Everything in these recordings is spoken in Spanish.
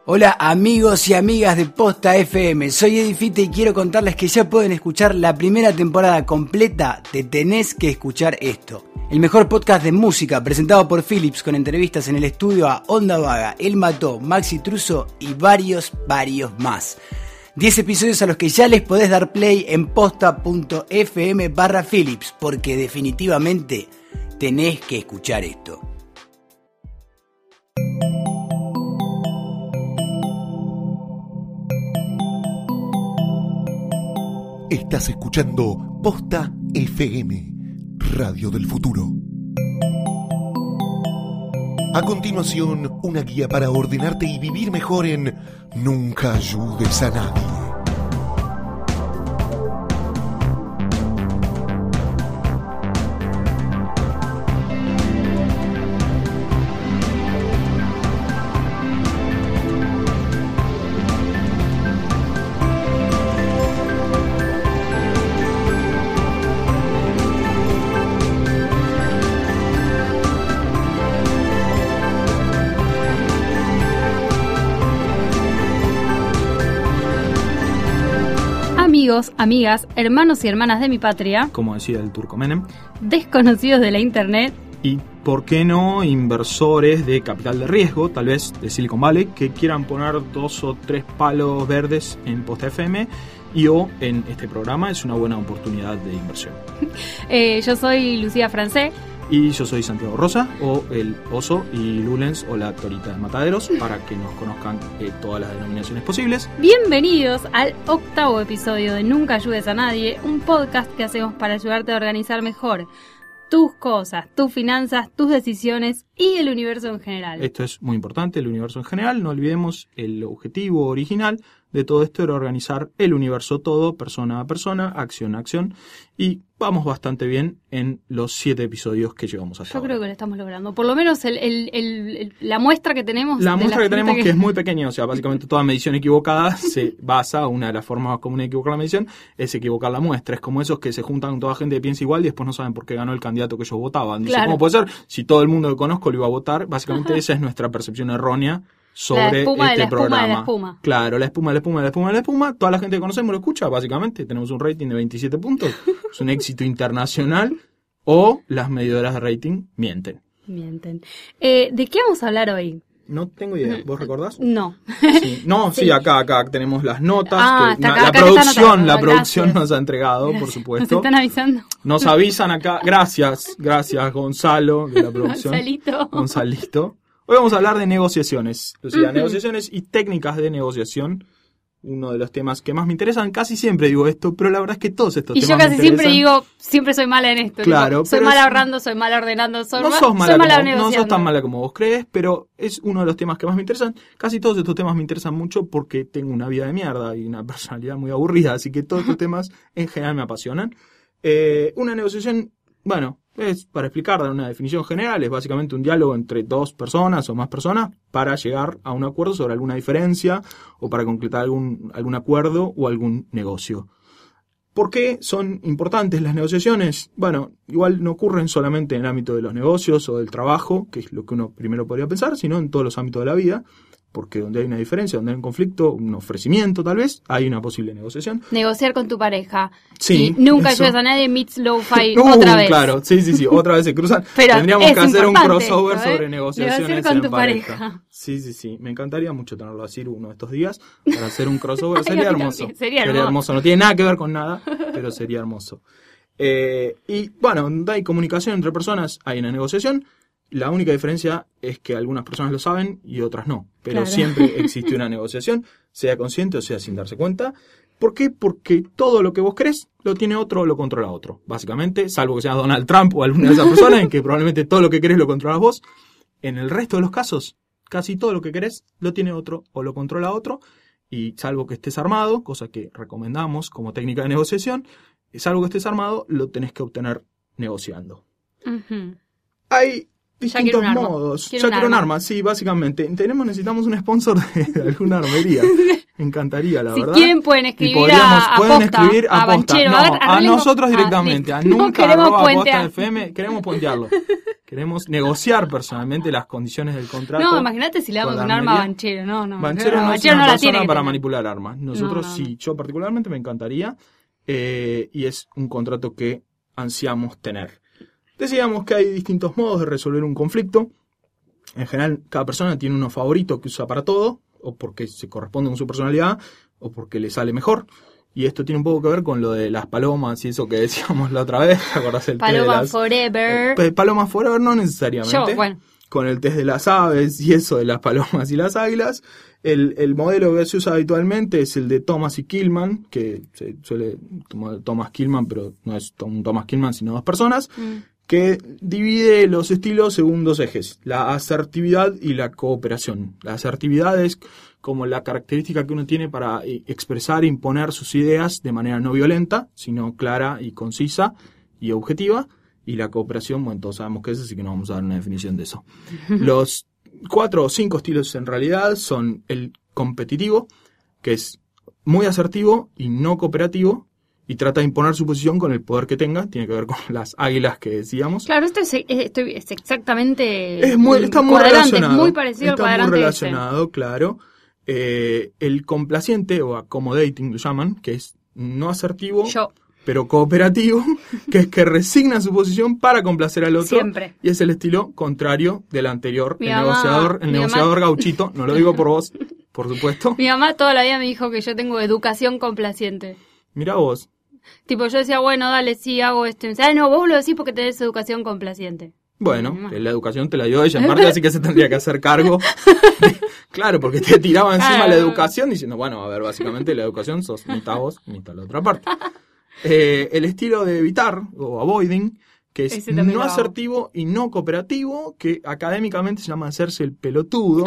Hola amigos y amigas de Posta FM, soy Eddie Fite y quiero contarles que ya pueden escuchar la primera temporada completa de Tenés que escuchar esto. El mejor podcast de música presentado por Philips con entrevistas en el estudio a Onda Vaga, El Mató, Maxi Truso y varios más. 10 episodios a los que ya les podés dar play en posta.fm/Philips porque definitivamente tenés que escuchar esto. Estás escuchando Posta FM, Radio del Futuro. A continuación, una guía para ordenarte y vivir mejor en Nunca ayudes a nadie. Amigos, amigas, hermanos y hermanas de mi patria, como decía el turco Menem, desconocidos de la internet y, ¿por qué no?, inversores de capital de riesgo, tal vez de Silicon Valley, que quieran poner 2 o 3 palos verdes en Posta FM y o en este programa. Es una buena oportunidad de inversión. Yo soy Lucía Francé. Y yo soy Santiago Rosa, o el Oso, y Lulens, o la Torita de Mataderos, para que nos conozcan todas las denominaciones posibles. Bienvenidos al 8º episodio de Nunca ayudes a nadie, un podcast que hacemos para ayudarte a organizar mejor tus cosas, tus finanzas, tus decisiones y el universo en general. Esto es muy importante, el universo en general. No olvidemos, el objetivo original de todo esto era organizar el universo todo, persona a persona, acción a acción, y vamos bastante bien en los 7 episodios que llevamos hasta ahora. Yo creo que lo estamos logrando, por lo menos la muestra que tenemos. La muestra que tenemos que es muy pequeña, o sea, básicamente toda medición equivocada se basa, una de las formas más comunes de equivocar la medición es equivocar la muestra. Es como esos que se juntan con toda gente que piensa igual y después no saben por qué ganó el candidato que ellos votaban. Dice, claro, ¿cómo puede ser? Si todo el mundo que conozco lo iba a votar, básicamente esa es nuestra percepción errónea sobre este programa. La espuma. Claro, la espuma. Toda la gente que conocemos lo escucha, básicamente. Tenemos un rating de 27 puntos. Es un éxito internacional. O las medidoras de rating mienten. ¿De qué vamos a hablar hoy? No tengo idea. ¿Vos recordás? No. Sí, no, sí, acá tenemos las notas. La producción nos ha entregado, por supuesto. Nos están avisando. Nos avisan acá. Gracias, Gonzalo, de la producción. Gonzalito. Hoy vamos a hablar de negociaciones, Lucía, negociaciones y técnicas de negociación. Uno de los temas que más me interesan, casi siempre digo esto, pero la verdad es que todos estos temas me interesan. Y yo casi siempre digo, siempre soy mala en esto. Claro. Soy mala ahorrando, soy mala ordenando, no sos tan mala como vos crees, pero es uno de los temas que más me interesan. Casi todos estos temas me interesan mucho porque tengo una vida de mierda y una personalidad muy aburrida, así que todos estos temas en general me apasionan. Una negociación, bueno, es, para explicar, dar una definición general, es básicamente un diálogo entre 2 personas o más personas para llegar a un acuerdo sobre alguna diferencia o para concretar algún acuerdo o algún negocio. ¿Por qué son importantes las negociaciones? Bueno, igual no ocurren solamente en el ámbito de los negocios o del trabajo, que es lo que uno primero podría pensar, sino en todos los ámbitos de la vida. Porque donde hay una diferencia, donde hay un conflicto, un ofrecimiento tal vez, hay una posible negociación. Negociar con tu pareja. Sí. Y nunca ayudas a nadie, meets lo-fi otra vez. Claro, sí, otra vez se cruzan. Pero tendríamos que hacer un crossover sobre negociaciones negociar con tu pareja. Sí. Me encantaría mucho tenerlo así uno de estos días para hacer un crossover. Sería hermoso. Sería hermoso. No tiene nada que ver con nada, pero sería hermoso. Y bueno, donde hay comunicación entre personas, hay una negociación. La única diferencia es que algunas personas lo saben y otras no. Pero claro, siempre existe una negociación, sea consciente o sea sin darse cuenta. ¿Por qué? Porque todo lo que vos crees lo tiene otro o lo controla otro. Básicamente, salvo que sea Donald Trump o alguna de esas personas en que probablemente todo lo que querés lo controlas vos. En el resto de los casos, casi todo lo que querés lo tiene otro o lo controla otro. Y salvo que estés armado, cosa que recomendamos como técnica de negociación, salvo que estés armado, lo tenés que obtener negociando. Uh-huh. Hay distintos modos. Ya quiero un arma, sí, básicamente. Necesitamos un sponsor de alguna armería. Me encantaría, la verdad. Si quieren pueden escribir a Banchero. A nosotros directamente, a nunca@posta.fm. Queremos puentearlo. Queremos negociar personalmente las condiciones del contrato. No, imagínate si le damos un arma a Banchero. Banchero no es una persona para manipular armas. Nosotros sí, yo particularmente me encantaría. Y es un contrato que ansiamos tener. Decíamos que hay distintos modos de resolver un conflicto. En general, cada persona tiene uno favorito que usa para todo, o porque se corresponde con su personalidad, o porque le sale mejor. Y esto tiene un poco que ver con lo de las palomas y eso que decíamos la otra vez. ¿Te acordás el Paloma Forever? Paloma Forever no necesariamente. Con el test de las aves y eso de las palomas y las águilas. El modelo que se usa habitualmente es el de Thomas y Kilman, que se suele tomar Thomas Kilman, pero no es un Thomas Kilman, sino dos personas, que divide los estilos según dos ejes, la asertividad y la cooperación. La asertividad es como la característica que uno tiene para expresar e imponer sus ideas de manera no violenta, sino clara y concisa y objetiva. Y la cooperación, bueno, todos sabemos qué es, así que no vamos a dar una definición de eso. Los 4 o 5 estilos en realidad son el competitivo, que es muy asertivo y no cooperativo, y trata de imponer su posición con el poder que tenga. Tiene que ver con las águilas que decíamos. Claro, esto es exactamente... Está muy relacionado. Es muy parecido al cuadrante. Está muy relacionado, claro. El complaciente, o accommodating lo llaman, que es no asertivo... pero cooperativo, que es que resigna su posición para complacer al otro. Siempre. Y es el estilo contrario del anterior, el negociador gauchito. No lo digo por vos, por supuesto. Mi mamá toda la vida me dijo que yo tengo educación complaciente. Mirá vos. Tipo, yo decía, bueno, dale, sí, hago esto. No, vos lo decís porque tenés educación complaciente. Bueno, la educación te la dio ella en parte, así que se tendría que hacer cargo. Claro, porque te tiraba encima la educación diciendo, bueno, a ver, básicamente la educación sos mitad vos, mitad la otra parte. El estilo de evitar, o avoiding, que es no asertivo y no cooperativo, que académicamente se llama hacerse el pelotudo.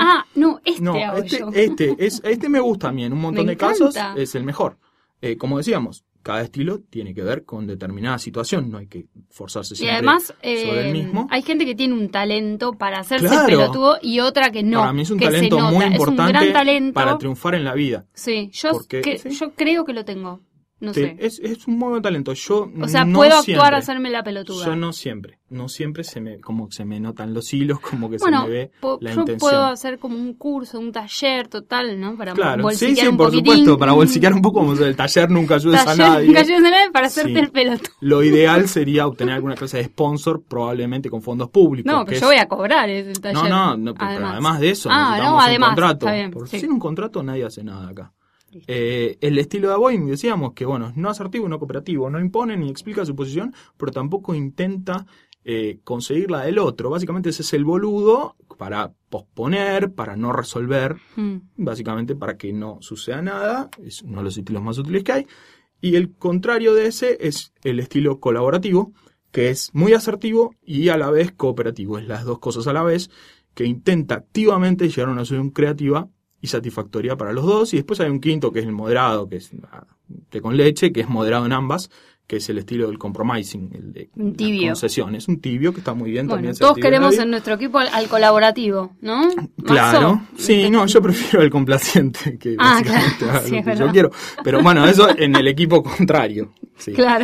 Este me gusta a mí, en un montón de casos es el mejor. Como decíamos, cada estilo tiene que ver con determinada situación, no hay que forzarse siempre sobre el mismo. Hay gente que tiene un talento para hacerse el pelotudo y otra que no. Para mí es un talento muy importante para triunfar en la vida. Sí, yo creo que lo tengo. No sé. Es un muy buen talento. Yo puedo actuar a hacerme la pelotuda. Yo no siempre se me notan los hilos, como que se me ve la intención. Yo puedo hacer como un curso, un taller total, ¿no? Para bolsiquear un poquitín. Por supuesto, para bolsiquear un poco, como el taller Nunca Ayudes a Nadie. Nunca Ayudes a Nadie para hacerte el pelotudo. Lo ideal sería obtener alguna clase de sponsor, probablemente con fondos públicos. No, pero yo voy a cobrar el taller. No, pero además de eso necesitamos un contrato. Sin un contrato nadie hace nada acá. El estilo de avoiding, decíamos que no asertivo, no cooperativo, no impone ni explica su posición, pero tampoco intenta conseguir la del otro. Básicamente ese es el boludo para posponer, para no resolver, básicamente para que no suceda nada. Es uno de los estilos más útiles que hay. Y el contrario de ese es el estilo colaborativo, que es muy asertivo y a la vez cooperativo. Es las dos cosas a la vez, que intenta activamente llegar a una solución creativa y satisfactoria para los dos. Y después hay un quinto, que es el moderado, que es té con leche, que es moderado en ambas, que es el estilo del compromising, el de las concesiones. Un tibio que está muy bien también. Todos queremos en nuestro equipo al colaborativo, ¿no? Claro. Yo prefiero el complaciente, que básicamente haga lo que yo quiero. Pero bueno, eso en el equipo contrario. Sí. Claro.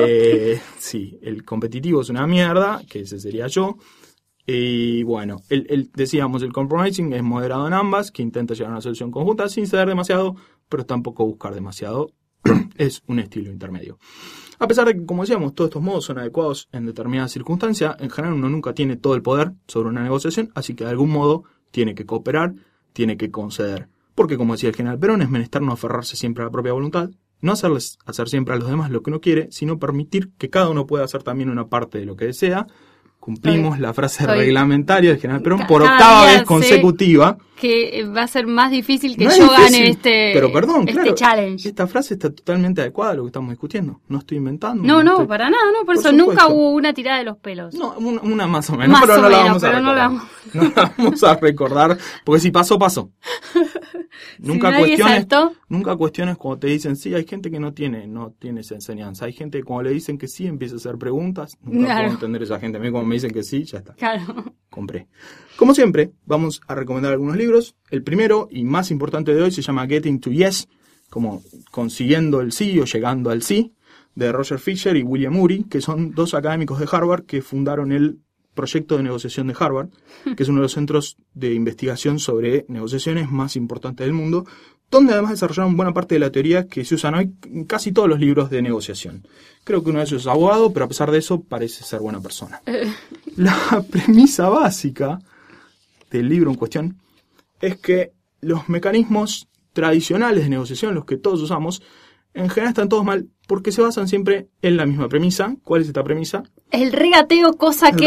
Sí, el competitivo es una mierda, que ese sería yo. Y bueno, decíamos, el compromising es moderado en ambas, que intenta llegar a una solución conjunta sin ceder demasiado, pero tampoco buscar demasiado. Es un estilo intermedio. A pesar de que, como decíamos, todos estos modos son adecuados en determinadas circunstancias, en general uno nunca tiene todo el poder sobre una negociación, así que de algún modo tiene que cooperar, tiene que conceder. Porque, como decía el general Perón, es menester no aferrarse siempre a la propia voluntad, no hacer siempre a los demás lo que uno quiere, sino permitir que cada uno pueda hacer también una parte de lo que desea. Cumplimos la frase reglamentaria del general Perón por octava vez consecutiva. Que va a ser más difícil que yo gane este challenge. Esta frase está totalmente adecuada a lo que estamos discutiendo. No estoy inventando. No, para nada, no. Por eso supuesto. Nunca hubo una tirada de los pelos. No, una más o menos, pero no la vamos a recordar. No la vamos a recordar, porque si pasó. Nunca si nunca cuestiones cuando te dicen sí. Hay gente que no tiene esa enseñanza. Hay gente que cuando le dicen que sí empieza a hacer preguntas. Nunca puedo entender esa gente. A mí cuando me dicen que sí, ya está. Claro. Compré. Como siempre, vamos a recomendar algunos libros. El primero y más importante de hoy se llama Getting to Yes, como consiguiendo el sí o llegando al sí, de Roger Fisher y William Ury, que son dos académicos de Harvard que fundaron el proyecto de negociación de Harvard, que es uno de los centros de investigación sobre negociaciones más importantes del mundo, donde además desarrollaron buena parte de la teoría que se usan hoy en casi todos los libros de negociación. Creo que uno de ellos es abogado, pero a pesar de eso parece ser buena persona. La premisa básica del libro en cuestión es que los mecanismos tradicionales de negociación, los que todos usamos, en general están todos mal porque se basan siempre en la misma premisa. ¿Cuál es esta premisa? El regateo, cosa que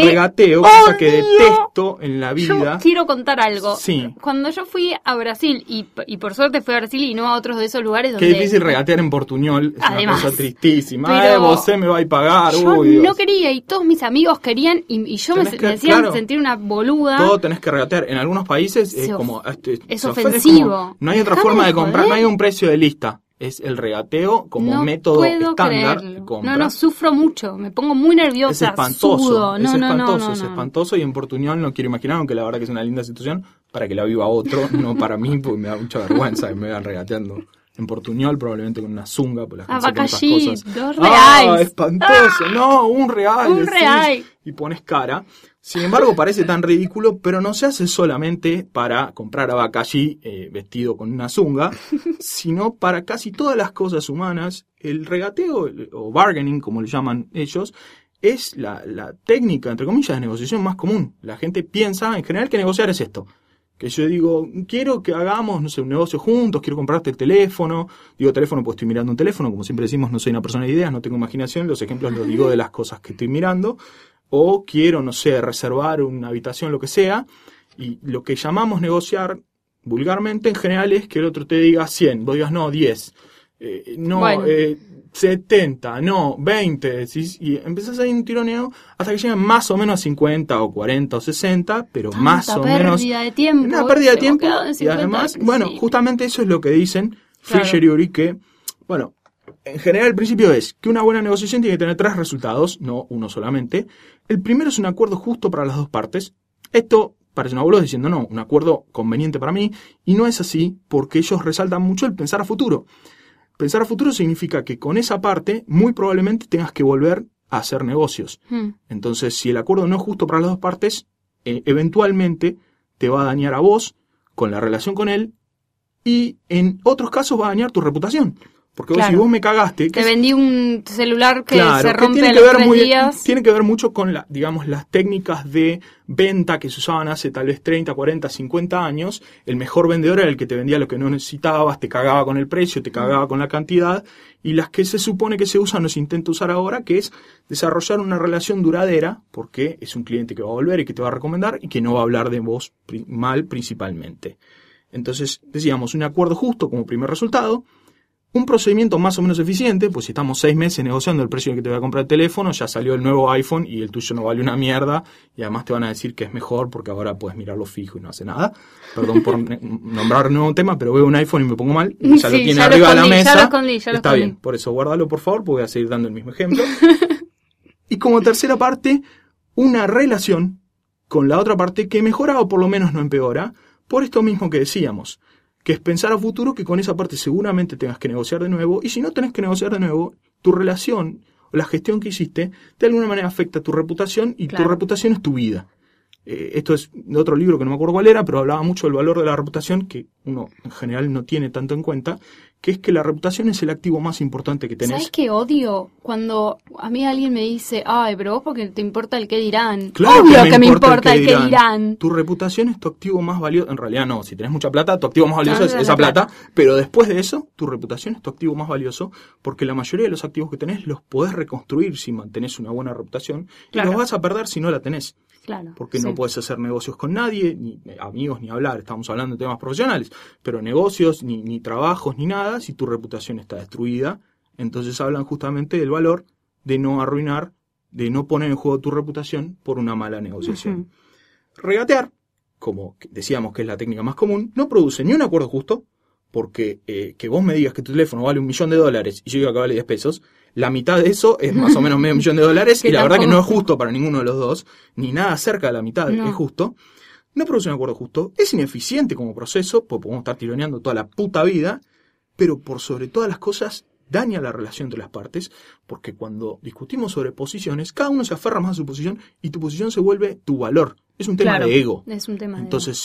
detesto en la vida. Yo quiero contar algo. Sí. Cuando yo fui a Brasil, y por suerte fui a Brasil y no a otros de esos lugares donde... Qué difícil regatear en portuñol, es además, una cosa tristísima. Pero Vos me va a pagar. Yo Dios. no quería y todos mis amigos querían y yo me decían sentir una boluda. Todo tenés que regatear. En algunos países es como... Es ofensivo. Como, no hay otra forma de comprar, no hay un precio de lista. Es el regateo como método estándar de compra. No, sufro mucho, me pongo muy nerviosa, es espantoso, sudo. Es espantoso y en portuñol no quiero imaginar, aunque la verdad que es una linda situación para que la viva otro, no para mí, porque me da mucha vergüenza que me vayan regateando. En portuñol, probablemente con una zunga, por las Abacallí, cosas. 2 reais. Espantoso, no, un real. Un real. Y pones cara. Sin embargo, parece tan ridículo, pero no se hace solamente para comprar abacallí vestido con una zunga, sino para casi todas las cosas humanas. El regateo, o bargaining, como le llaman ellos, es la técnica, entre comillas, de negociación más común. La gente piensa, en general, que negociar es esto. Que yo digo, quiero que hagamos, no sé, un negocio juntos, quiero comprarte el teléfono. Digo teléfono, pues estoy mirando un teléfono. Como siempre decimos, no soy una persona de ideas, no tengo imaginación. Los ejemplos los digo de las cosas que estoy mirando. O quiero, no sé, reservar una habitación, lo que sea. Y lo que llamamos negociar vulgarmente en general es que el otro te diga 100, vos digas no, 10. 70, no, 20, decís, y empezás ahí un tironeo hasta que llegan más o menos a 50 o 40 o 60, pero más o menos... Una pérdida de tiempo. Y además, bueno, justamente eso es lo que dicen Fisher y Ury, que, bueno, en general el principio es que una buena negociación tiene que tener 3 resultados, no uno solamente. El primero es un acuerdo justo para las dos partes. Esto parece una boludez diciendo no, un acuerdo conveniente para mí, y no es así porque ellos resaltan mucho el pensar a futuro. Pensar a futuro significa que con esa parte muy probablemente tengas que volver a hacer negocios. Entonces, si el acuerdo no es justo para las dos partes, eventualmente te va a dañar a vos con la relación con él y en otros casos va a dañar tu reputación. Porque vos, si vos me cagaste... Te vendí un celular que se rompe a los 3 días. Tiene que ver mucho con las técnicas de venta que se usaban hace tal vez 30, 40, 50 años. El mejor vendedor era el que te vendía lo que no necesitabas, te cagaba con el precio, te cagaba con la cantidad. Y las que se supone que se usan o se intenta usar ahora, que es desarrollar una relación duradera, porque es un cliente que va a volver y que te va a recomendar y que no va a hablar de vos mal principalmente. Entonces, decíamos, un acuerdo justo como primer resultado. Un procedimiento más o menos eficiente, pues si estamos 6 meses negociando el precio en que te voy a comprar el teléfono, ya salió el nuevo iPhone y el tuyo no vale una mierda, y además te van a decir que es mejor porque ahora puedes mirarlo fijo y no hace nada. Perdón por nombrar un nuevo tema, pero veo un iPhone y me pongo mal, y ya lo tiene arriba de la mesa. Ya lo escondí. Está bien, por eso guárdalo por favor, porque voy a seguir dando el mismo ejemplo. Y como tercera parte, una relación con la otra parte que mejora o por lo menos no empeora, por esto mismo que decíamos. Que es pensar a futuro que con esa parte seguramente tengas que negociar de nuevo, y si no tenés que negociar de nuevo, tu relación o la gestión que hiciste de alguna manera afecta tu reputación, y tu reputación es tu vida. Esto es de otro libro que no me acuerdo cuál era, pero hablaba mucho del valor de la reputación, que uno en general no tiene tanto en cuenta, que es que la reputación es el activo más importante que tenés. ¿Sabes qué odio? Cuando a mí alguien me dice, ay, pero vos porque te importa el qué dirán. Claro, obvio que me importa el qué dirán. Tu reputación es tu activo más valioso. En realidad no, si tenés mucha plata, tu activo más valioso es esa plata, pero después de eso, tu reputación es tu activo más valioso, porque la mayoría de los activos que tenés los podés reconstruir si mantenés una buena reputación, y los vas a perder si no la tenés. Claro, porque no puedes hacer negocios con nadie, ni amigos, ni hablar, estamos hablando de temas profesionales, pero negocios, ni trabajos, ni nada, si tu reputación está destruida. Entonces hablan justamente del valor de no arruinar, de no poner en juego tu reputación por una mala negociación. Regatear, como decíamos que es la técnica más común, no produce ni un acuerdo justo, porque que vos me digas que tu teléfono vale $1.000.000 y yo digo que vale 10 pesos, la mitad de eso es más o menos $500.000 y la verdad que no es justo para ninguno de los dos, ni nada cerca de la mitad es justo. No produce un acuerdo justo, es ineficiente como proceso, porque podemos estar tironeando toda la puta vida, pero por sobre todas las cosas daña la relación entre las partes, porque cuando discutimos sobre posiciones, cada uno se aferra más a su posición y tu posición se vuelve tu valor. Es un tema de ego. Es un tema Entonces,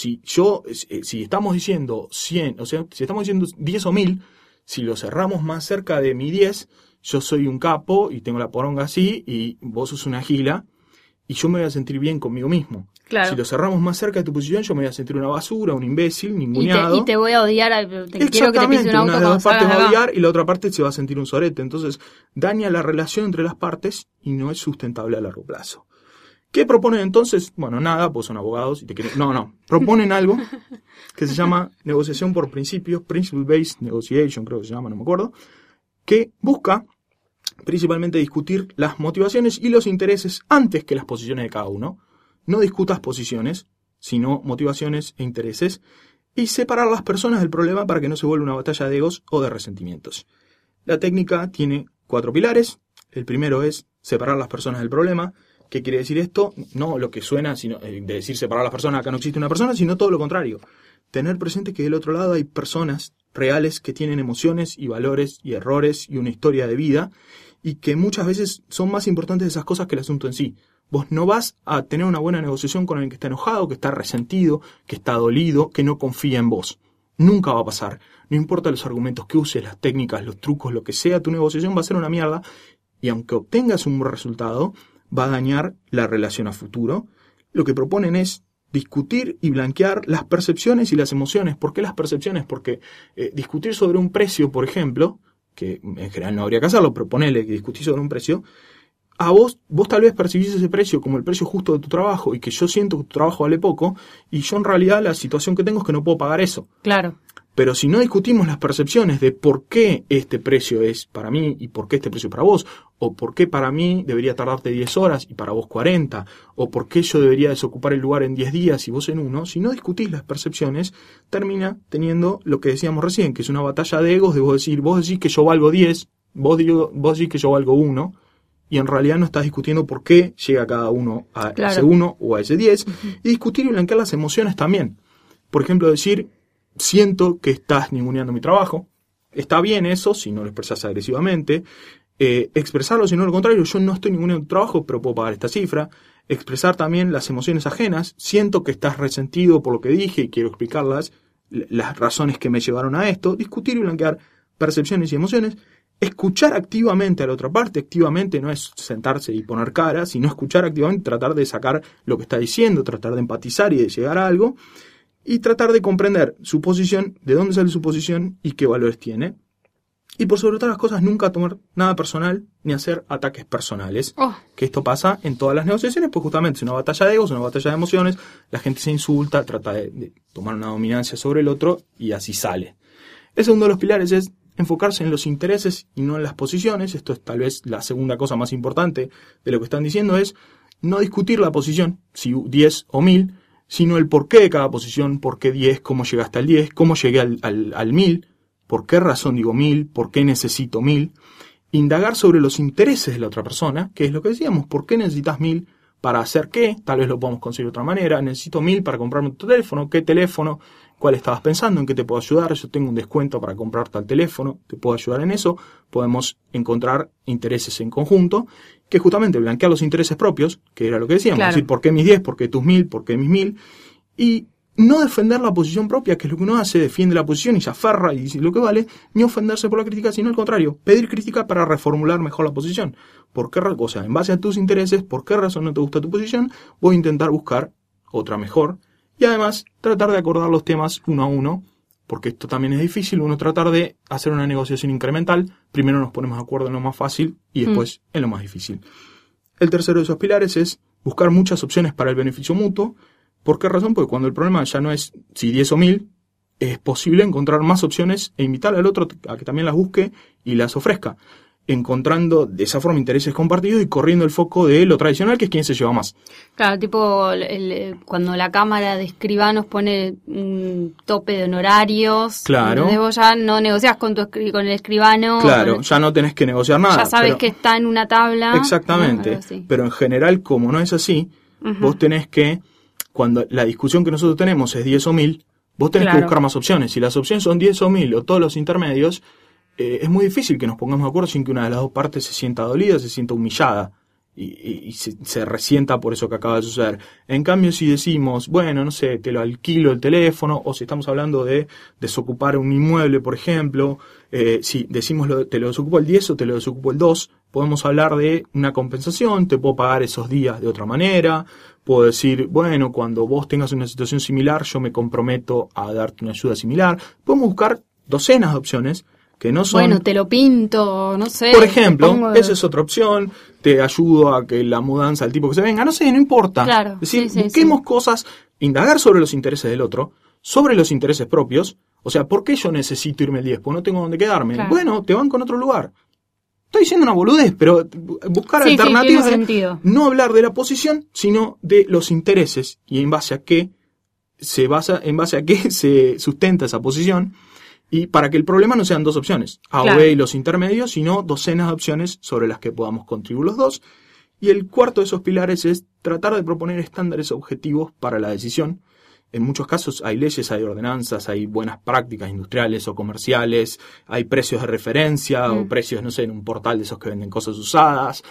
si estamos diciendo 100, o sea, si estamos diciendo 10 o 1.000, si lo cerramos más cerca de mi 10, yo soy un capo y tengo la poronga así y vos sos una gila y yo me voy a sentir bien conmigo mismo. Claro. Si lo cerramos más cerca de tu posición, yo me voy a sentir una basura, un imbécil, ninguneado. Y te voy a odiar, quiero que te pise un auto. Una de las dos partes va a odiar y la otra parte se va a sentir un sorete. Entonces, daña la relación entre las partes y no es sustentable a largo plazo. ¿Qué proponen entonces? Bueno, nada, pues son abogados y te quieren... No, proponen algo que se llama negociación por principios, Principle-Based Negotiation, creo que se llama, no me acuerdo, que busca principalmente discutir las motivaciones y los intereses antes que las posiciones de cada uno. No discutas posiciones, sino motivaciones e intereses, y separar a las personas del problema para que no se vuelva una batalla de egos o de resentimientos. La técnica tiene 4 pilares. El primero es separar a las personas del problema. ¿Qué quiere decir esto? No lo que suena sino de decir separar a las personas, acá no existe una persona, sino todo lo contrario. Tener presente que del otro lado hay personas reales que tienen emociones y valores y errores y una historia de vida, y que muchas veces son más importantes esas cosas que el asunto en sí. Vos no vas a tener una buena negociación con alguien que está enojado, que está resentido, que está dolido, que no confía en vos. Nunca va a pasar. No importa los argumentos que uses, las técnicas, los trucos, lo que sea, tu negociación va a ser una mierda. Y aunque obtengas un buen resultado, va a dañar la relación a futuro. Lo que proponen es discutir y blanquear las percepciones y las emociones. ¿Por qué las percepciones? Porque discutir sobre un precio, por ejemplo, que en general no habría que hacerlo, pero ponele que discutís sobre un precio, a vos tal vez percibís ese precio como el precio justo de tu trabajo y que yo siento que tu trabajo vale poco y yo en realidad la situación que tengo es que no puedo pagar eso. Claro. Pero si no discutimos las percepciones de por qué este precio es para mí y por qué este precio es para vos, o por qué para mí debería tardarte 10 horas y para vos 40, o por qué yo debería desocupar el lugar en 10 días y vos en 1, si no discutís las percepciones, termina teniendo lo que decíamos recién, que es una batalla de egos de vos decís que yo valgo 10, vos decís que yo valgo 1, y en realidad no estás discutiendo por qué llega cada uno a ese 1 o a ese 10, y discutir y blanquear las emociones también. Por ejemplo, decir, siento que estás ninguneando mi trabajo, está bien eso si no lo expresas agresivamente, expresarlo si no lo contrario, yo no estoy ninguneando tu trabajo, pero puedo pagar esta cifra, expresar también las emociones ajenas, siento que estás resentido por lo que dije y quiero explicarlas, las razones que me llevaron a esto, discutir y blanquear percepciones y emociones, escuchar activamente a la otra parte. Activamente no es sentarse y poner cara, sino escuchar activamente, tratar de sacar lo que está diciendo, tratar de empatizar y de llegar a algo, y tratar de comprender su posición, de dónde sale su posición y qué valores tiene. Y por sobre todas las cosas, nunca tomar nada personal ni hacer ataques personales. Que esto pasa en todas las negociaciones, pues justamente es una batalla de egos, una batalla de emociones, la gente se insulta, trata de tomar una dominancia sobre el otro y así sale. El segundo de los pilares es enfocarse en los intereses y no en las posiciones. Esto es tal vez la segunda cosa más importante de lo que están diciendo, es no discutir la posición, si 10 o 1000, sino el porqué de cada posición, por qué 10, cómo llegaste al 10, cómo llegué al 1000, por qué razón digo 1000, por qué necesito 1000, indagar sobre los intereses de la otra persona, que es lo que decíamos, por qué necesitas 1000, para hacer qué, tal vez lo podemos conseguir de otra manera, necesito 1000 para comprarme tu teléfono, ¿qué teléfono? ¿Cuál estabas pensando? ¿En qué te puedo ayudar? Yo tengo un descuento para comprar tal teléfono, ¿te puedo ayudar en eso? Podemos encontrar intereses en conjunto, que justamente blanquear los intereses propios, que era lo que decíamos, decir, ¿por qué mis 10? ¿Por qué tus 1000? ¿Por qué mis 1000? Y no defender la posición propia, que es lo que uno hace, defiende la posición y se aferra y dice lo que vale, ni ofenderse por la crítica, sino al contrario, pedir crítica para reformular mejor la posición. ¿Por qué razón? O sea, en base a tus intereses, ¿por qué razón no te gusta tu posición? Voy a intentar buscar otra mejor. Y además, tratar de acordar los temas uno a uno, porque esto también es difícil, uno tratar de hacer una negociación incremental, primero nos ponemos de acuerdo en lo más fácil y después en lo más difícil. El tercero de esos pilares es buscar muchas opciones para el beneficio mutuo. ¿Por qué razón? Porque cuando el problema ya no es si 10 o 1000, es posible encontrar más opciones e invitar al otro a que también las busque y las ofrezca. encontrando de esa forma intereses compartidos y corriendo el foco de lo tradicional, que es quién se lleva más. Claro, tipo cuando la Cámara de Escribanos pone un tope de honorarios, claro. Entonces vos ya no negociás con el escribano. Claro, ya no tenés que negociar nada. Ya sabes que está en una tabla. Exactamente, pero en general, como no es así, vos tenés que, cuando la discusión que nosotros tenemos es 10 o 1000, vos tenés que buscar más opciones. Si las opciones son 10 o 1000 o todos los intermedios, es muy difícil que nos pongamos de acuerdo sin que una de las dos partes se sienta dolida, se sienta humillada y se resienta por eso que acaba de suceder. En cambio, si decimos, bueno, no sé, te lo alquilo el teléfono, o si estamos hablando de desocupar un inmueble, por ejemplo, si decimos te lo desocupo el 10 o te lo desocupo el 2, podemos hablar de una compensación, te puedo pagar esos días de otra manera, puedo decir, bueno, cuando vos tengas una situación similar, yo me comprometo a darte una ayuda similar. Podemos buscar docenas de opciones que no son... Bueno, te lo pinto, no sé. Por ejemplo, esa es otra opción, te ayudo a que la mudanza del tipo que se venga, no sé, no importa. Claro, es decir, busquemos cosas, indagar sobre los intereses del otro, sobre los intereses propios. O sea, ¿por qué yo necesito irme el 10? Pues no tengo dónde quedarme. Claro. Bueno, te van con otro lugar. Estoy diciendo una boludez, pero buscar alternativas, no hablar de la posición, sino de los intereses y en base a qué se sustenta esa posición. Y para que el problema no sean dos opciones, A o B y los intermedios, sino docenas de opciones sobre las que podamos contribuir los dos. Y el cuarto de esos pilares es tratar de proponer estándares objetivos para la decisión. En muchos casos hay leyes, hay ordenanzas, hay buenas prácticas industriales o comerciales, hay precios de referencia o precios, no sé, en un portal de esos que venden cosas usadas.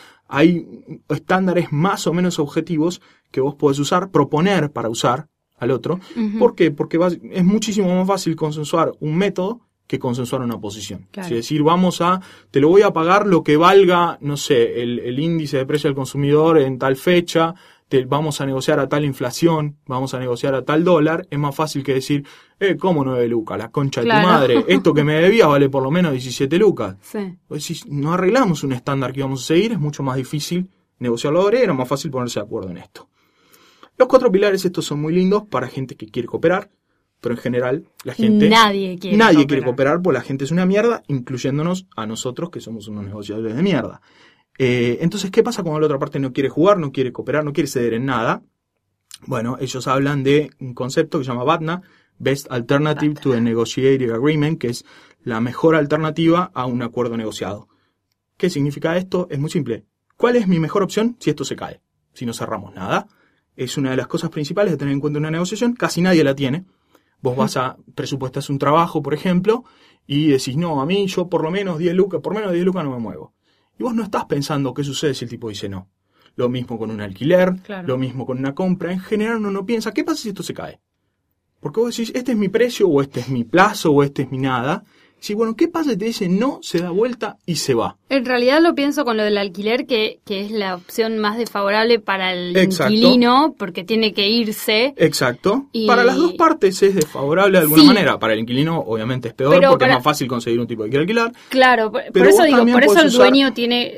Hay estándares más o menos objetivos que vos podés proponer para usar al otro. ¿Por qué? Porque es muchísimo más fácil consensuar un método que consensuar una posición. Claro. Es decir, te lo voy a pagar lo que valga, no sé, el índice de precio del consumidor en tal fecha, vamos a negociar a tal inflación, vamos a negociar a tal dólar. Es más fácil que decir, ¿cómo 9 lucas? La concha de tu madre. Esto que me debía vale por lo menos 17 lucas. Sí. Pues si no arreglamos un estándar que íbamos a seguir, es mucho más difícil negociarlo ahora y era más fácil ponerse de acuerdo en esto. Los 4 pilares estos son muy lindos para gente que quiere cooperar, pero en general la gente... Nadie quiere cooperar porque la gente es una mierda, incluyéndonos a nosotros que somos unos negociadores de mierda. Entonces, ¿qué pasa cuando la otra parte no quiere jugar, no quiere cooperar, no quiere ceder en nada? Bueno, ellos hablan de un concepto que se llama BATNA, Best Alternative to a Negotiated Agreement, que es la mejor alternativa a un acuerdo negociado. ¿Qué significa esto? Es muy simple. ¿Cuál es mi mejor opción si esto se cae? Si no cerramos nada. Es una de las cosas principales de tener en cuenta una negociación. Casi nadie la tiene. Vos vas a presupuestar un trabajo, por ejemplo, y decís, no, a mí yo por lo menos 10 lucas, por menos de 10 lucas no me muevo. Y vos no estás pensando qué sucede si el tipo dice no. Lo mismo con un alquiler, lo mismo con una compra. En general uno no piensa, ¿qué pasa si esto se cae? Porque vos decís, este es mi precio, o este es mi plazo, o este es mi nada. Sí, bueno, ¿qué pasa si te dice no, se da vuelta y se va? En realidad lo pienso con lo del alquiler, que es la opción más desfavorable para el inquilino, porque tiene que irse. Exacto. Para las dos partes es desfavorable de alguna manera. Para el inquilino, obviamente, es peor, porque es más fácil conseguir un tipo que quiere alquilar. Claro, por eso digo, por eso el dueño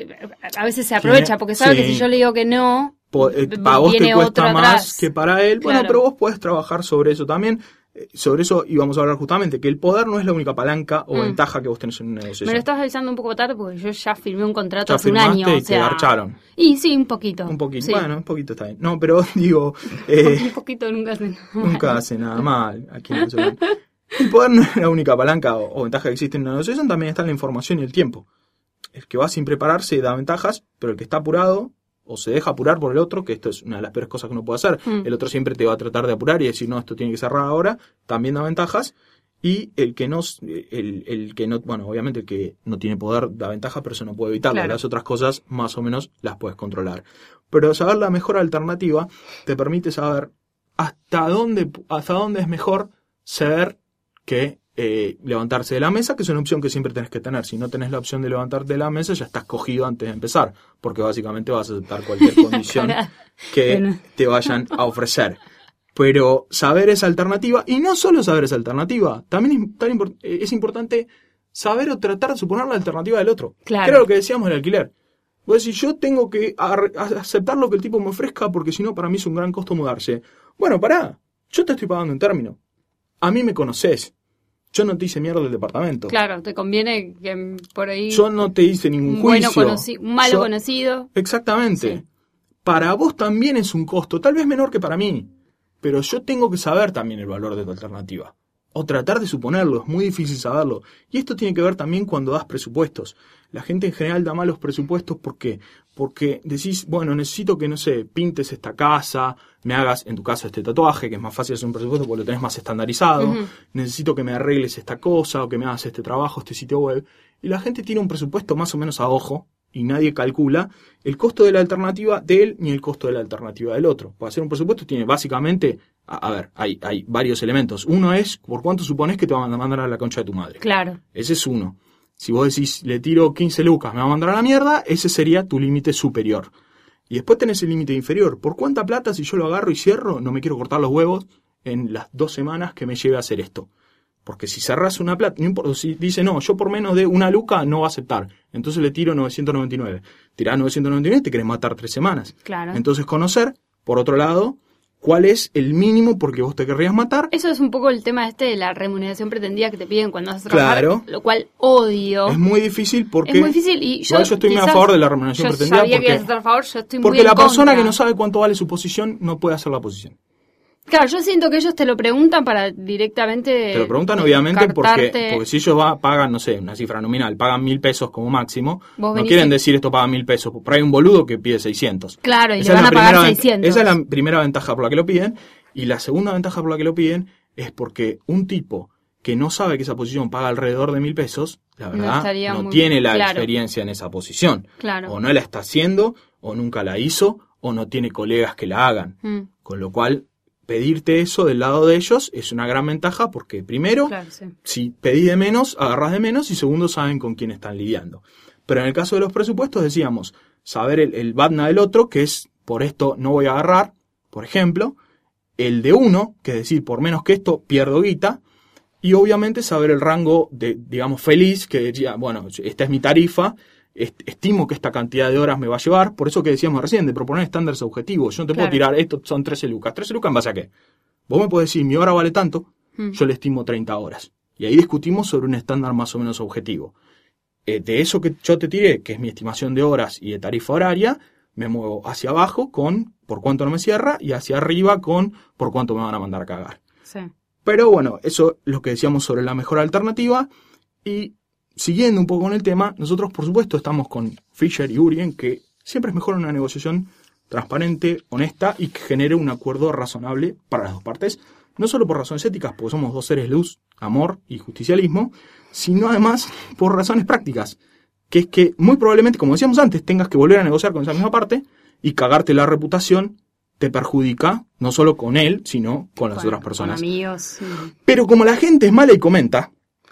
a veces se aprovecha, porque sabe que si yo le digo que no, para vos te cuesta más que para él. Bueno, pero vos podés trabajar sobre eso también. Sobre eso íbamos a hablar justamente, que el poder no es la única palanca o ventaja que vos tenés en una negociación. Me lo estás avisando un poco tarde porque yo ya firmé un contrato hace un año. Y te garcharon. Y sí, un poquito. Sí. Bueno, un poquito está bien. No, pero digo... un poquito nunca hace nada mal. Nunca hace nada mal. Aquí no se ve. El poder no es la única palanca o ventaja que existe en una negociación, también está en la información y el tiempo. El que va sin prepararse da ventajas, pero el que está apurado o se deja apurar por el otro, que esto es una de las peores cosas que uno puede hacer. El otro siempre te va a tratar de apurar y decir, no, esto tiene que cerrar ahora, también da ventajas. Y el que no, bueno, obviamente el que no tiene poder da ventajas, pero eso no puede evitarlo. Claro. Las otras cosas más o menos las puedes controlar. Pero saber la mejor alternativa te permite saber hasta dónde es mejor saber que levantarse de la mesa, que es una opción que siempre tenés que tener. Si no tenés la opción de levantarte de la mesa, ya estás cogido antes de empezar, porque básicamente vas a aceptar cualquier condición que te vayan a ofrecer. Pero saber esa alternativa, y no solo saber esa alternativa, también es importante saber o tratar de suponer la alternativa del otro. Claro. Que era lo que decíamos del alquiler. Vos decís, yo tengo que aceptar lo que el tipo me ofrezca, porque si no, para mí es un gran costo mudarse. Bueno, pará, yo te estoy pagando en término. A mí me conocés. Yo no te hice mierda el departamento. Claro, te conviene que por ahí... Yo no te hice ningún juicio. Un malo conocido. Exactamente. Sí. Para vos también es un costo, tal vez menor que para mí, pero yo tengo que saber también el valor de tu alternativa. O tratar de suponerlo, es muy difícil saberlo. Y esto tiene que ver también cuando das presupuestos. La gente en general da malos presupuestos, ¿por qué? Porque decís, bueno, necesito que, no sé, pintes esta casa, me hagas, en tu caso, este tatuaje, que es más fácil hacer un presupuesto porque lo tenés más estandarizado. Uh-huh. Necesito que me arregles esta cosa, o que me hagas este trabajo, este sitio web. Y la gente tiene un presupuesto más o menos a ojo, y nadie calcula el costo de la alternativa de él ni el costo de la alternativa del otro. Para hacer un presupuesto tiene básicamente, hay varios elementos. Uno es, ¿por cuánto suponés que te van a mandar a la concha de tu madre? Claro. Ese es uno. Si vos decís, le tiro 15 lucas, me va a mandar a la mierda, ese sería tu límite superior. Y después tenés el límite inferior. ¿Por cuánta plata si yo lo agarro y cierro? No me quiero cortar los huevos en las 2 semanas que me lleve a hacer esto. Porque si cerrás una plata, no importa, si dice, no, yo por menos de 1 luca no va a aceptar. Entonces le tiro 999. Tirás 999 y te querés matar 3 semanas. Claro. Entonces conocer, por otro lado, cuál es el mínimo porque vos te querrías matar. Eso es un poco el tema de la remuneración pretendida que te piden cuando vas a trabajar. Claro. Lo cual odio. Es muy difícil porque... Es muy difícil y yo estoy muy a favor de la remuneración pretendida. Sabía que ibas a estar a favor, yo estoy muy porque en la persona contra. que no sabe cuánto vale su posición no puede hacer la posición. Claro, yo siento que ellos te lo preguntan para directamente... Te lo preguntan obviamente porque si ellos pagan, no sé, una cifra nominal, pagan 1.000 pesos como máximo, no quieren decir esto paga 1.000 pesos, pero hay un boludo que pide 600. Claro, y le van a pagar 600. Esa es la primera ventaja por la que lo piden, y la segunda ventaja por la que lo piden es porque un tipo que no sabe que esa posición paga alrededor de 1.000 pesos, la verdad, no tiene la experiencia en esa posición. Claro. O no la está haciendo, o nunca la hizo, o no tiene colegas que la hagan. Con lo cual... pedirte eso del lado de ellos es una gran ventaja porque primero, si pedís de menos, agarrás de menos y segundo, saben con quién están lidiando. Pero en el caso de los presupuestos decíamos, saber el BATNA del otro, que es por esto no voy a agarrar, por ejemplo, el de uno, que es decir, por menos que esto pierdo guita, y obviamente saber el rango de, digamos, feliz, que diría, bueno, esta es mi tarifa, estimo que esta cantidad de horas me va a llevar, por eso que decíamos recién, de proponer estándares objetivos. Yo no te puedo tirar, esto son 13 lucas. ¿13 lucas en base a qué? Vos me podés decir, mi hora vale tanto, yo le estimo 30 horas. Y ahí discutimos sobre un estándar más o menos objetivo. De eso que yo te tiré, que es mi estimación de horas y de tarifa horaria, me muevo hacia abajo con por cuánto no me cierra y hacia arriba con por cuánto me van a mandar a cagar. Sí. Pero bueno, eso es lo que decíamos sobre la mejor alternativa. Y siguiendo un poco con el tema, nosotros por supuesto estamos con Fisher y Urien, que siempre es mejor una negociación transparente, honesta y que genere un acuerdo razonable para las dos partes, no solo por razones éticas, porque somos dos seres luz, amor y justicialismo, sino además por razones prácticas, que es que muy probablemente, como decíamos antes, tengas que volver a negociar con esa misma parte y cagarte la reputación te perjudica, no solo con él, sino con las otras personas. Con amigos. Pero como la gente es mala y comenta,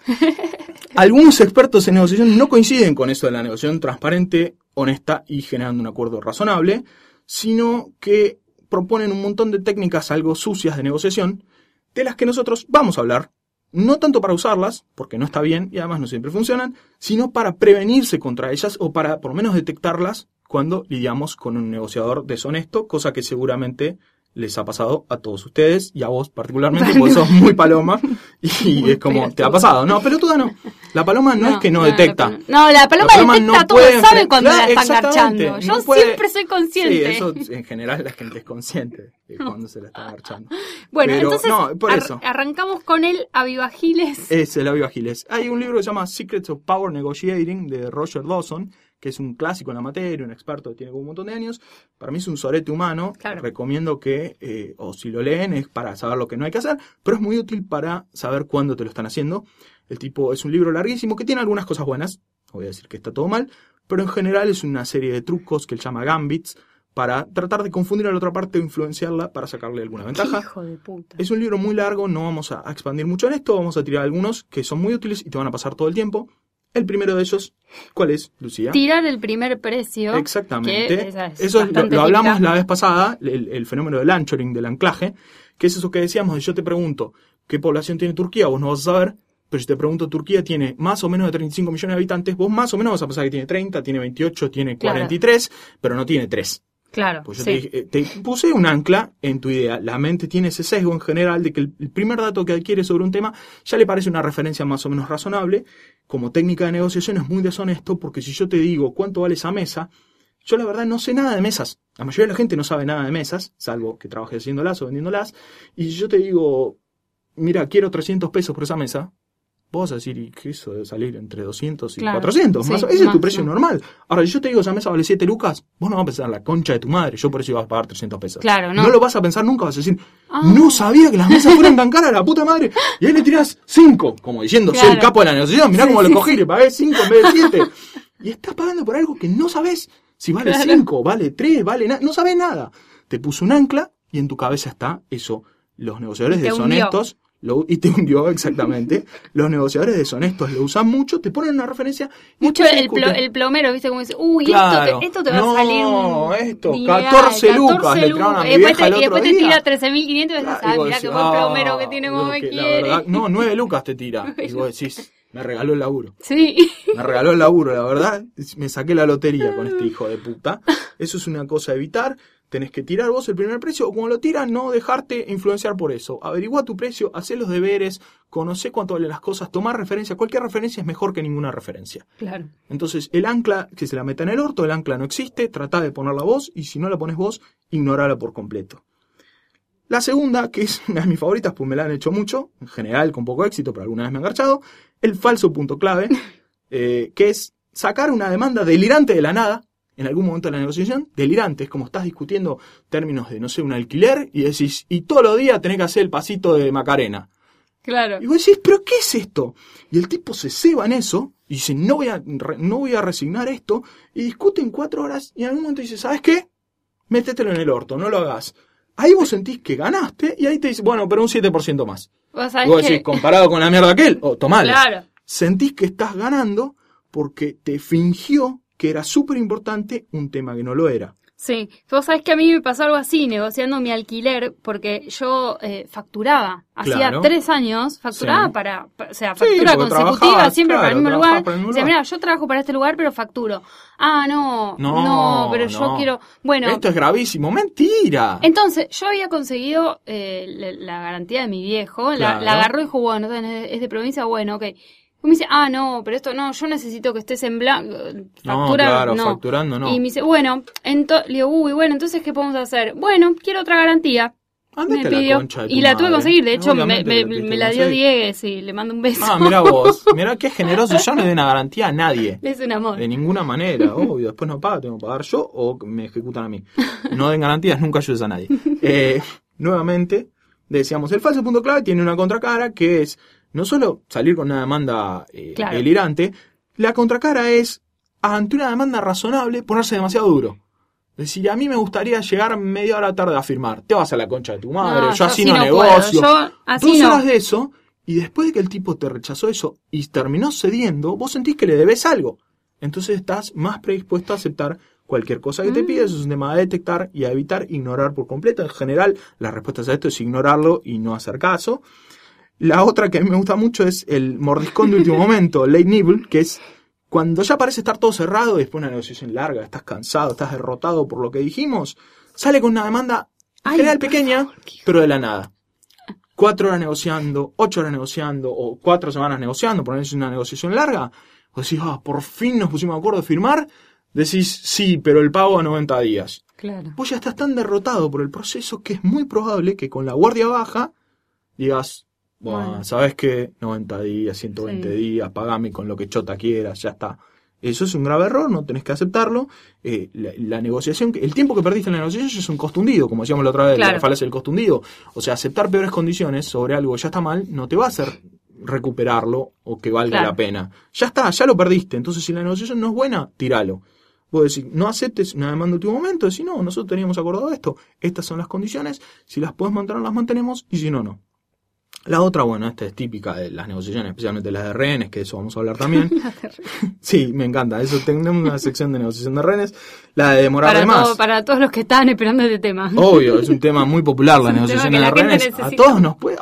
algunos expertos en negociación no coinciden con eso de la negociación transparente, honesta y generando un acuerdo razonable, sino que proponen un montón de técnicas algo sucias de negociación, de las que nosotros vamos a hablar, no tanto para usarlas, porque no está bien y además no siempre funcionan, sino para prevenirse contra ellas o para por lo menos detectarlas cuando lidiamos con un negociador deshonesto, cosa que seguramente les ha pasado a todos ustedes y a vos particularmente, porque sos muy paloma y es como, te ha pasado. No, pelotuda no. La paloma no es que no detecta. La paloma detecta no todo, sabe cuando la están garchando. Yo siempre soy consciente. Sí, eso en general la gente es consciente de cuando se la está garchando. Bueno, pero, entonces por eso. Arrancamos con el Avivagiles. Es el Avivagiles. Hay un libro que se llama Secrets of Power Negotiating de Roger Dawson, que es un clásico en la materia, un experto que tiene como un montón de años. Para mí es un sorete humano. Claro. Recomiendo que, o si lo leen, es para saber lo que no hay que hacer, pero es muy útil para saber cuándo te lo están haciendo. El tipo es un libro larguísimo que tiene algunas cosas buenas. No voy a decir que está todo mal, pero en general es una serie de trucos que él llama gambits para tratar de confundir a la otra parte o influenciarla para sacarle alguna ventaja. ¡Qué hijo de puta! Es un libro muy largo, no vamos a expandir mucho en esto, vamos a tirar algunos que son muy útiles y te van a pasar todo el tiempo. El primero de ellos, ¿cuál es, Lucía? Tirar el primer precio. Exactamente. Eso lo hablamos la vez pasada, el fenómeno del anchoring, del anclaje, que es eso que decíamos, yo te pregunto, ¿qué población tiene Turquía? Vos no vas a saber, pero si te pregunto, Turquía tiene más o menos de 35 millones de habitantes, vos más o menos vas a pensar que tiene 30, tiene 28, tiene 43, pero no tiene 3. Claro, pues yo te puse un ancla en tu idea. La mente tiene ese sesgo en general de que el primer dato que adquiere sobre un tema ya le parece una referencia más o menos razonable. Como técnica de negociación es muy deshonesto, porque si yo te digo cuánto vale esa mesa, yo la verdad no sé nada de mesas. La mayoría de la gente no sabe nada de mesas, salvo que trabaje haciéndolas o vendiéndolas. Y si yo te digo, mira, quiero 300 pesos por esa mesa, vos vas a decir, ¿y qué eso debe salir entre 200 y 400? Sí, ese es tu precio normal. Ahora, si yo te digo, esa mesa vale 7 lucas, vos no vas a pensar, la concha de tu madre, yo por eso ibas a pagar 300 pesos. Claro, no. No lo vas a pensar nunca, vas a decir, no sabía que las mesas fueran tan caras, la puta madre. Y ahí le tirás 5, como diciendo, soy el capo de la negociación, mirá cómo lo cogí, le pagué 5 en vez de 7. Y estás pagando por algo que no sabés si vale 5, vale 3, vale nada, no sabés nada. Te puso un ancla y en tu cabeza está eso. Los negociadores deshonestos... y te hundió, exactamente. Los negociadores deshonestos lo usan mucho, te ponen una referencia. Mucho el plomero, ¿viste? Como dice, uy, claro, esto te va a salir. No, esto, 14 lucas le traban a mi vieja el otro día. Y después te tira 13.500 y decís, mirá qué buen plomero que tiene como me quiere. Verdad, no, 9 lucas te tira. Y vos decís, me regaló el laburo. Sí. Me regaló el laburo, la verdad. Me saqué la lotería con este hijo de puta. Eso es una cosa a evitar. Tenés que tirar vos el primer precio, o como lo tiras, no dejarte influenciar por eso. Averigua tu precio, hacé los deberes, conocé cuánto valen las cosas, tomá referencia. Cualquier referencia es mejor que ninguna referencia. Claro. Entonces, el ancla, que se la meta en el orto, el ancla no existe, tratá de ponerla vos, y si no la pones vos, ignorala por completo. La segunda, que es una de mis favoritas, pues me la han hecho mucho, en general con poco éxito, pero alguna vez me han garchado, el falso punto clave, que es sacar una demanda delirante de la nada, en algún momento de la negociación, delirante. Es como estás discutiendo términos de, no sé, un alquiler y decís, y todos los días tenés que hacer el pasito de Macarena. Claro. Y vos decís, ¿pero qué es esto? Y el tipo se ceba en eso y dice, no voy a resignar esto, y discuten 4 horas y en algún momento dice, ¿sabes qué? Métetelo en el orto, no lo hagas. Ahí vos sentís que ganaste y ahí te dice, bueno, pero un 7% más. Y vos decís, comparado con la mierda aquel, tomalo. Claro. Sentís que estás ganando porque te fingió que era súper importante un tema que no lo era. Sí, vos sabés que a mí me pasó algo así, negociando mi alquiler, porque yo facturaba. Hacía 3 años, facturaba factura consecutiva, siempre para el mismo lugar. Dice, mira, yo trabajo para este lugar, pero facturo. Ah, no, pero yo quiero... Bueno, esto es gravísimo, mentira. Entonces, yo había conseguido la garantía de mi viejo, la agarró y dijo, bueno, es de provincia, bueno, ok. Y me dice, no, pero esto no, yo necesito que estés en blanco, facturando no. Y me dice, bueno, le digo, bueno, entonces, ¿qué podemos hacer? Bueno, quiero otra garantía. Andate me pidió, la concha de tu y la tuve que madre. conseguir, de hecho, Obviamente me la dio Diegues, sí, le mando un beso. Mirá vos, mirá qué generoso, yo no le doy una garantía a nadie. Es un amor. De ninguna manera, obvio, después no paga, tengo que pagar yo o me ejecutan a mí. No den garantías, nunca ayudes a nadie. Nuevamente, decíamos, el falso punto clave tiene una contracara que es, no solo salir con una demanda delirante, la contracara es, ante una demanda razonable, ponerse demasiado duro. Es decir, a mí me gustaría llegar media hora tarde a firmar. Te vas a la concha de tu madre, yo así no negocio. Yo así 2 horas de eso, y después de que el tipo te rechazó eso y terminó cediendo, vos sentís que le debes algo. Entonces estás más predispuesto a aceptar cualquier cosa que te pide. Eso es un tema a detectar y a evitar, ignorar por completo. En general, la respuesta a esto es ignorarlo y no hacer caso. La otra que a mí me gusta mucho es el mordiscón de último momento, late nibble, que es cuando ya parece estar todo cerrado y después una negociación larga, estás cansado, estás derrotado por lo que dijimos, sale con una demanda general pequeña, pero de la nada. 4 horas negociando, 8 horas negociando, o 4 semanas negociando, por ejemplo, una negociación larga, vos decís, por fin nos pusimos de acuerdo de firmar, decís, sí, pero el pago a 90 días. Claro. Vos ya estás tan derrotado por el proceso que es muy probable que con la guardia baja digas, bueno, ¿sabes qué? 90 días, 120 días, pagame con lo que chota quieras, ya está. Eso es un grave error, no tenés que aceptarlo. La negociación, el tiempo que perdiste en la negociación es un costo hundido, como decíamos la otra vez, la falacia del costo hundido. O sea, aceptar peores condiciones sobre algo que ya está mal no te va a hacer recuperarlo o que valga la pena. Ya está, ya lo perdiste. Entonces, si la negociación no es buena, tíralo. Vos decís, no aceptes una demanda de último momento, decís, no, nosotros teníamos acordado esto, estas son las condiciones, si las podés mantener, las mantenemos, y si no, no. La otra, bueno, esta es típica de las negociaciones, especialmente las de rehenes, que de eso vamos a hablar también. Sí, me encanta. Eso, tenemos una sección de negociación de rehenes. La de demorar de más. Para todos los que estaban esperando este tema. Obvio, es un tema muy popular, la negociación de rehenes. A todos nos puede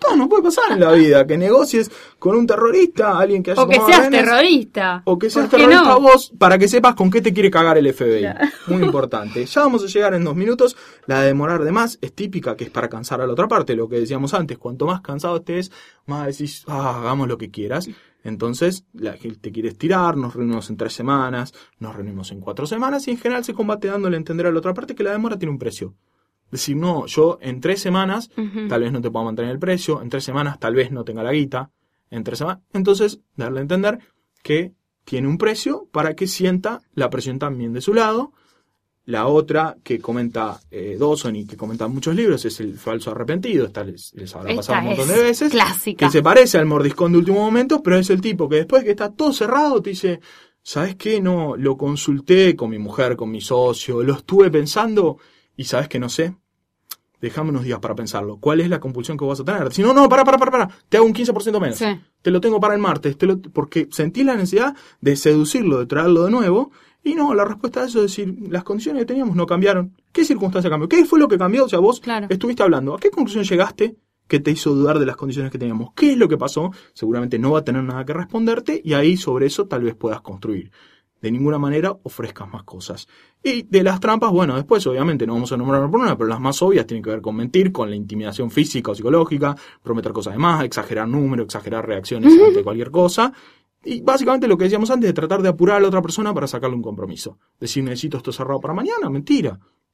pasar en la vida. Que negocies con un terrorista, alguien que haya tomado rehenes. O que seas terrorista. O que seas terrorista vos, para que sepas con qué te quiere cagar el FBI. Claro. Muy importante. Ya vamos a llegar en 2 minutos. La de demorar de más es típica, que es para cansar a la otra parte. Lo que decíamos antes, cuanto más cansado estés, más decís, hagamos lo que quieras. Entonces, la gente quiere estirar, nos reunimos en 3 semanas, nos reunimos en 4 semanas, y en general se combate dándole a entender a la otra parte que la demora tiene un precio. Decir, no, yo en 3 semanas, tal vez no te pueda mantener el precio, en 3 semanas tal vez no tenga la guita, en 3 semanas. Entonces, darle a entender que tiene un precio para que sienta la presión también de su lado. La otra que comenta Dawson y que comenta muchos libros es el falso arrepentido. Esta les habrá pasado un montón de veces. Clásica. Que se parece al mordiscón de último momento, pero es el tipo que después que está todo cerrado te dice, ¿sabes qué? No, lo consulté con mi mujer, con mi socio, lo estuve pensando y ¿sabes qué? No sé. Déjame unos días para pensarlo. ¿Cuál es la compulsión que vas a tener? Si no, para. Te hago un 15% menos. Sí. Te lo tengo para el martes. Porque sentí la necesidad de seducirlo, de traerlo de nuevo. Y no, la respuesta a eso es decir, las condiciones que teníamos no cambiaron. ¿Qué circunstancia cambió? ¿Qué fue lo que cambió? O sea, vos estuviste hablando. ¿A qué conclusión llegaste que te hizo dudar de las condiciones que teníamos? ¿Qué es lo que pasó? Seguramente no va a tener nada que responderte y ahí sobre eso tal vez puedas construir. De ninguna manera ofrezcas más cosas. Y de las trampas, bueno, después obviamente no vamos a nombrar por una, pero las más obvias tienen que ver con mentir, con la intimidación física o psicológica, prometer cosas de más, exagerar números, exagerar reacciones ante cualquier cosa. Y básicamente lo que decíamos antes de tratar de apurar a la otra persona para sacarle un compromiso. Decir, necesito esto cerrado para mañana, mentira.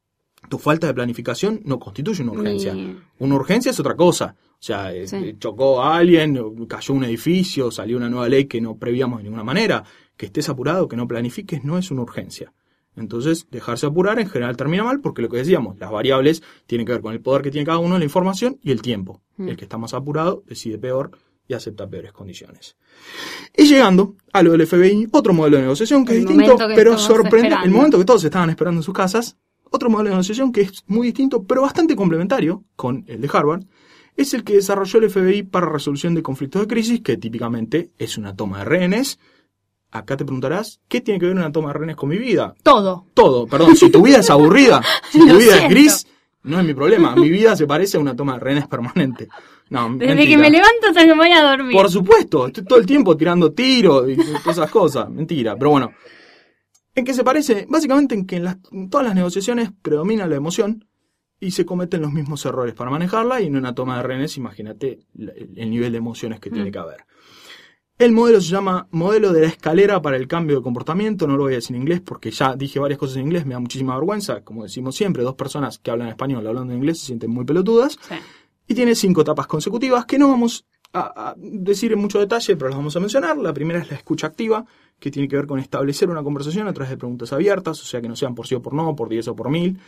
Tu falta de planificación no constituye una urgencia. Una urgencia es otra cosa. O sea, chocó a alguien, cayó un edificio, salió una nueva ley que no prevíamos de ninguna manera. Que estés apurado, que no planifiques, no es una urgencia. Entonces, dejarse apurar en general termina mal porque lo que decíamos, las variables tienen que ver con el poder que tiene cada uno, la información y el tiempo. El que está más apurado decide peor y acepta peores condiciones. Y llegando a lo del FBI, otro modelo de negociación que es distinto, pero sorprende. El momento que todos estaban esperando en sus casas, otro modelo de negociación que es muy distinto, pero bastante complementario con el de Harvard, es el que desarrolló el FBI para resolución de conflictos de crisis, que típicamente es una toma de rehenes. Acá te preguntarás, ¿qué tiene que ver una toma de rehenes con mi vida? Todo, perdón, si tu vida es aburrida, si tu vida es gris, no es mi problema. Mi vida se parece a una toma de rehenes permanente. No, desde mentira. Que me levanto hasta que me voy a dormir. Por supuesto, estoy todo el tiempo tirando tiros y todas esas cosas. Mentira, pero bueno. ¿En qué se parece? Básicamente en que en todas las negociaciones predomina la emoción y se cometen los mismos errores para manejarla, y en una toma de rehenes, imagínate el nivel de emociones que tiene que haber. El modelo se llama modelo de la escalera para el cambio de comportamiento. No lo voy a decir en inglés porque ya dije varias cosas en inglés, me da muchísima vergüenza. Como decimos siempre, 2 personas que hablan español hablando inglés se sienten muy pelotudas. Sí. Y tiene 5 etapas consecutivas que no vamos a decir en mucho detalle, pero las vamos a mencionar. La primera es la escucha activa, que tiene que ver con establecer una conversación a través de preguntas abiertas, o sea que no sean por sí o por no, por 10 o por 1000,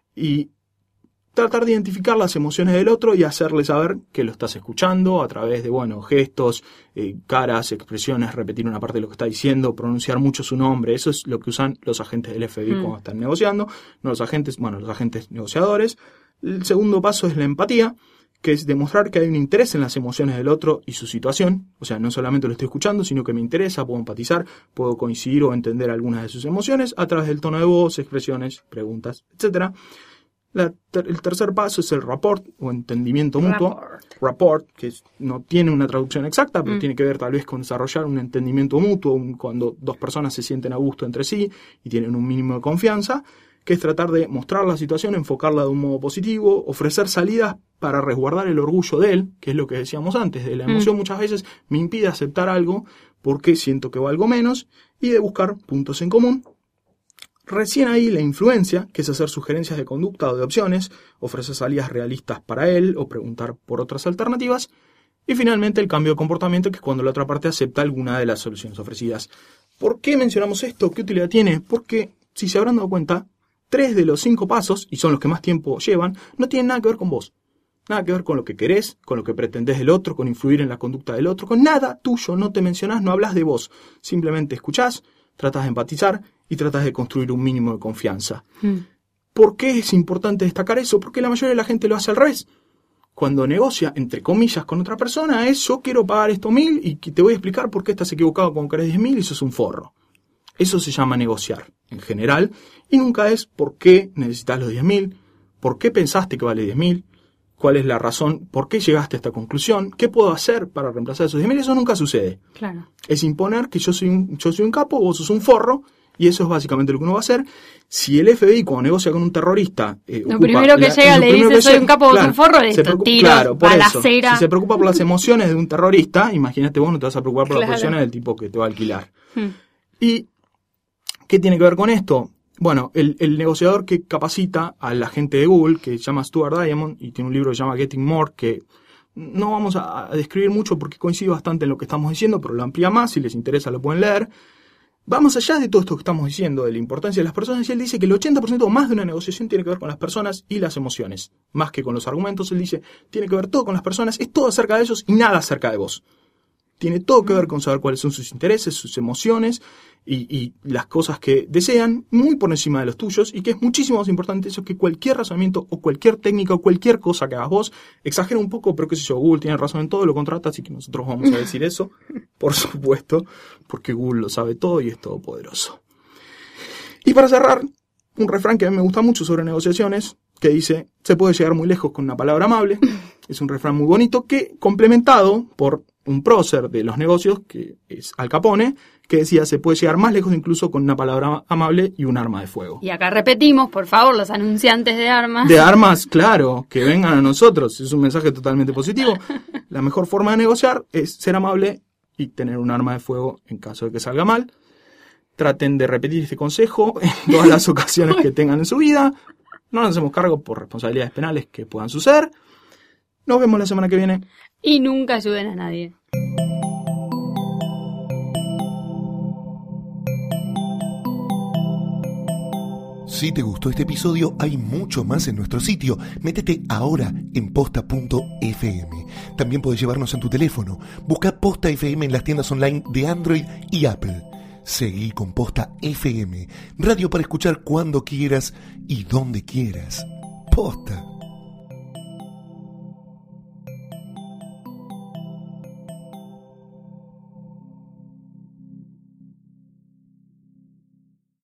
y tratar de identificar las emociones del otro y hacerle saber que lo estás escuchando a través de, gestos, caras, expresiones, repetir una parte de lo que está diciendo, pronunciar mucho su nombre. Eso es lo que usan los agentes del FBI cuando están negociando, no los agentes negociadores. El segundo paso es la empatía, que es demostrar que hay un interés en las emociones del otro y su situación. O sea, no solamente lo estoy escuchando, sino que me interesa, puedo empatizar, puedo coincidir o entender algunas de sus emociones a través del tono de voz, expresiones, preguntas, etc. El tercer paso es el rapport o entendimiento mutuo. Rapport, que no tiene una traducción exacta, pero tiene que ver tal vez con desarrollar un entendimiento mutuo cuando 2 personas se sienten a gusto entre sí y tienen un mínimo de confianza, que es tratar de mostrar la situación, enfocarla de un modo positivo, ofrecer salidas para resguardar el orgullo de él, que es lo que decíamos antes, de la emoción muchas veces me impide aceptar algo porque siento que valgo menos, y de buscar puntos en común. Recién ahí la influencia, que es hacer sugerencias de conducta o de opciones, ofrecer salidas realistas para él o preguntar por otras alternativas. Y finalmente el cambio de comportamiento, que es cuando la otra parte acepta alguna de las soluciones ofrecidas. ¿Por qué mencionamos esto? ¿Qué utilidad tiene? Porque, si se habrán dado cuenta, 3 de los 5 pasos, y son los que más tiempo llevan, no tienen nada que ver con vos. Nada que ver con lo que querés, con lo que pretendés del otro, con influir en la conducta del otro, con nada tuyo, no te mencionás, no hablas de vos. Simplemente escuchás, tratás de empatizar y tratás de construir un mínimo de confianza. ¿Por qué es importante destacar eso? Porque la mayoría de la gente lo hace al revés. cuando negocia, entre comillas, con otra persona, es yo quiero pagar esto 1.000 y te voy a explicar por qué estás equivocado con que eres 10.000 y eso es un forro. Eso se llama negociar, en general, y nunca es por qué necesitas los 10.000, por qué pensaste que vale 10.000, cuál es la razón, por qué llegaste a esta conclusión, qué puedo hacer para reemplazar esos 10.000, eso nunca sucede. Claro. Es imponer que yo soy un capo, vos sos un forro, y eso es básicamente lo que uno va a hacer. Si el FBI, cuando negocia con un terrorista... lo primero que llega le dice, soy un capo, vos sos un forro, tiros, balacera. Si se preocupa por las emociones de un terrorista, imagínate vos no te vas a preocupar por las emociones del tipo que te va a alquilar. ¿Y qué tiene que ver con esto? Bueno, el negociador que capacita a la gente de Google, que se llama Stuart Diamond, y tiene un libro que se llama Getting More, que no vamos a describir mucho porque coincide bastante en lo que estamos diciendo, pero lo amplía más, si les interesa lo pueden leer. Vamos allá de todo esto que estamos diciendo, de la importancia de las personas, y él dice que el 80% o más de una negociación tiene que ver con las personas y las emociones, más que con los argumentos. Él dice, tiene que ver todo con las personas, es todo acerca de ellos y nada acerca de vos. Tiene todo que ver con saber cuáles son sus intereses, sus emociones y las cosas que desean, muy por encima de los tuyos, y que es muchísimo más importante eso que cualquier razonamiento o cualquier técnica o cualquier cosa que hagas vos. Exagera un poco, pero qué sé yo, Google tiene razón en todo, lo contrata, así que nosotros vamos a decir eso, por supuesto, porque Google lo sabe todo y es todopoderoso. Y para cerrar, un refrán que a mí me gusta mucho sobre negociaciones, que dice, se puede llegar muy lejos con una palabra amable. Es un refrán muy bonito que, complementado por un prócer de los negocios, que es Al Capone, que decía, se puede llegar más lejos incluso con una palabra amable y un arma de fuego. Y acá repetimos, por favor, los anunciantes de armas. De armas, claro, que vengan a nosotros. Es un mensaje totalmente positivo. La mejor forma de negociar es ser amable y tener un arma de fuego en caso de que salga mal. Traten de repetir este consejo en todas las ocasiones que tengan en su vida. No nos hacemos cargo por responsabilidades penales que puedan suceder. Nos vemos la semana que viene. Y nunca ayuden a nadie. Si te gustó este episodio, hay mucho más en nuestro sitio. Métete ahora en posta.fm. También podés llevarnos en tu teléfono. Busca Posta FM en las tiendas online de Android y Apple. Seguí con Posta FM, radio para escuchar cuando quieras y donde quieras. Posta.